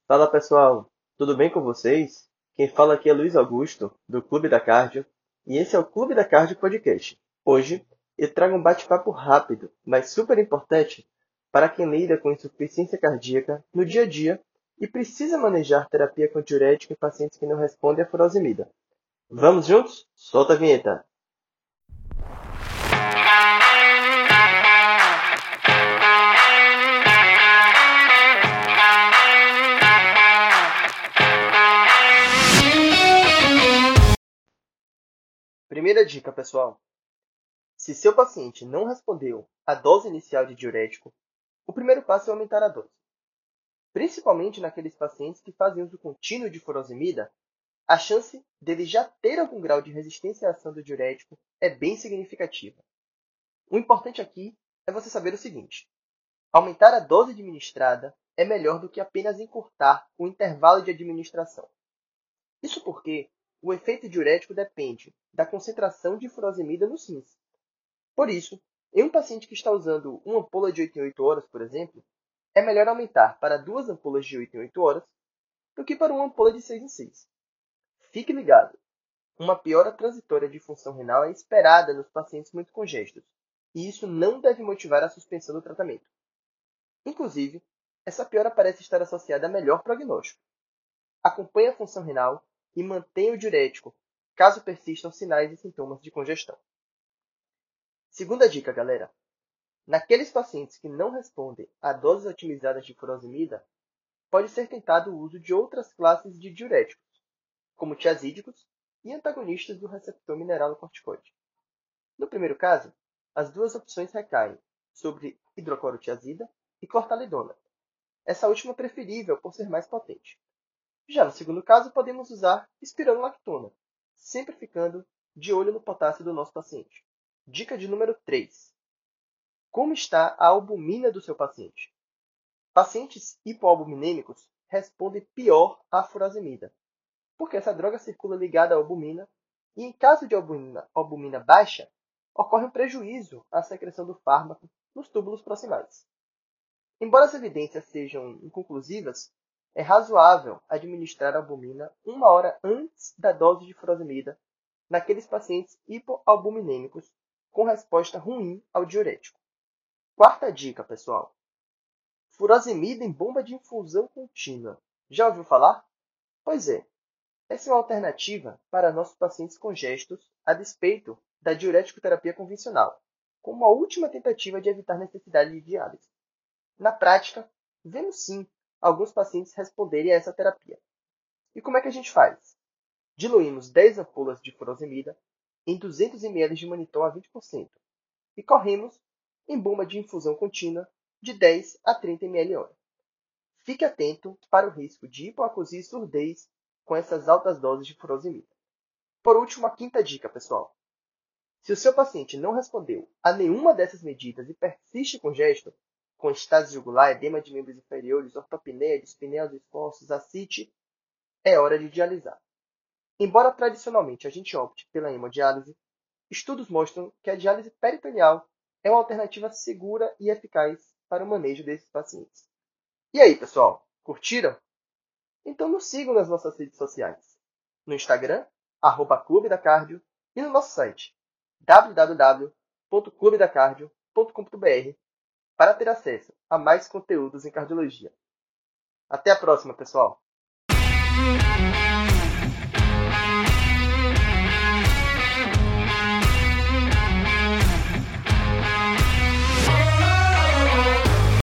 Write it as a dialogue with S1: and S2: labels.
S1: Fala pessoal, tudo bem com vocês? Quem fala aqui é Luiz Augusto, do Clube da Cardio, e esse é o Clube da Cardio Podcast. Hoje eu trago um bate-papo rápido, mas super importante para quem lida com insuficiência cardíaca no dia a dia e precisa manejar terapia com diurético em pacientes que não respondem à furosemida. Vamos juntos? Solta a vinheta! Primeira dica, pessoal. Se seu paciente não respondeu à dose inicial de diurético, o primeiro passo é aumentar a dose. Principalmente naqueles pacientes que fazem uso contínuo de furosemida, a chance dele já ter algum grau de resistência à ação do diurético é bem significativa. O importante aqui é você saber o seguinte: aumentar a dose administrada é melhor do que apenas encurtar o intervalo de administração. Isso porque o efeito diurético depende da concentração de furosemida nos rins. Por isso, em um paciente que está usando uma ampola de 8 em 8 horas, por exemplo, é melhor aumentar para 2 ampolas de 8 em 8 horas do que para uma ampola de 6 em 6. Fique ligado, uma piora transitória de função renal é esperada nos pacientes muito congestos, e isso não deve motivar a suspensão do tratamento. Inclusive, essa piora parece estar associada a melhor prognóstico. Acompanhe a função renal e mantenha o diurético, caso persistam sinais e sintomas de congestão. Segunda dica, galera. Naqueles pacientes que não respondem a doses otimizadas de furosemida, pode ser tentado o uso de outras classes de diuréticos, como tiazídicos e antagonistas do receptor mineralocorticoide. No primeiro caso, as duas opções recaem sobre hidroclorotiazida e clortalidona, essa última preferível por ser mais potente. Já no segundo caso, podemos usar espironolactona, sempre ficando de olho no potássio do nosso paciente. Dica de número 3. Como está a albumina do seu paciente? Pacientes hipoalbuminêmicos respondem pior à furosemida, porque essa droga circula ligada à albumina e, em caso de albumina baixa, ocorre um prejuízo à secreção do fármaco nos túbulos proximais. Embora as evidências sejam inconclusivas, é razoável administrar albumina 1 hora antes da dose de furosemida naqueles pacientes hipoalbuminêmicos com resposta ruim ao diurético. Quarta dica, pessoal. Furosemida em bomba de infusão contínua. Já ouviu falar? Pois é. Essa é uma alternativa para nossos pacientes congestos, a despeito da diurético-terapia convencional, como uma última tentativa de evitar necessidade de diálise. Na prática, vemos sim alguns pacientes responderem a essa terapia. E como é que a gente faz? Diluímos 10 ampolas de furosemida em 200 ml de mannitol a 20% e corremos em bomba de infusão contínua de 10 a 30 ml hora. Fique atento para o risco de hipoacusia e surdez com essas altas doses de furosemida. Por último, a quinta dica, pessoal. Se o seu paciente não respondeu a nenhuma dessas medidas e persiste com gesto, com estase jugular, edema de membros inferiores, ortopneia, dispneia dos esforços, ascite, é hora de dialisar. Embora tradicionalmente a gente opte pela hemodiálise, estudos mostram que a diálise peritoneal é uma alternativa segura e eficaz para o manejo desses pacientes. E aí, pessoal, curtiram? Então nos sigam nas nossas redes sociais. No Instagram, Clube da Cardio, e no nosso site, www.clubedacardio.com.br, para ter acesso a mais conteúdos em cardiologia. Até a próxima, pessoal!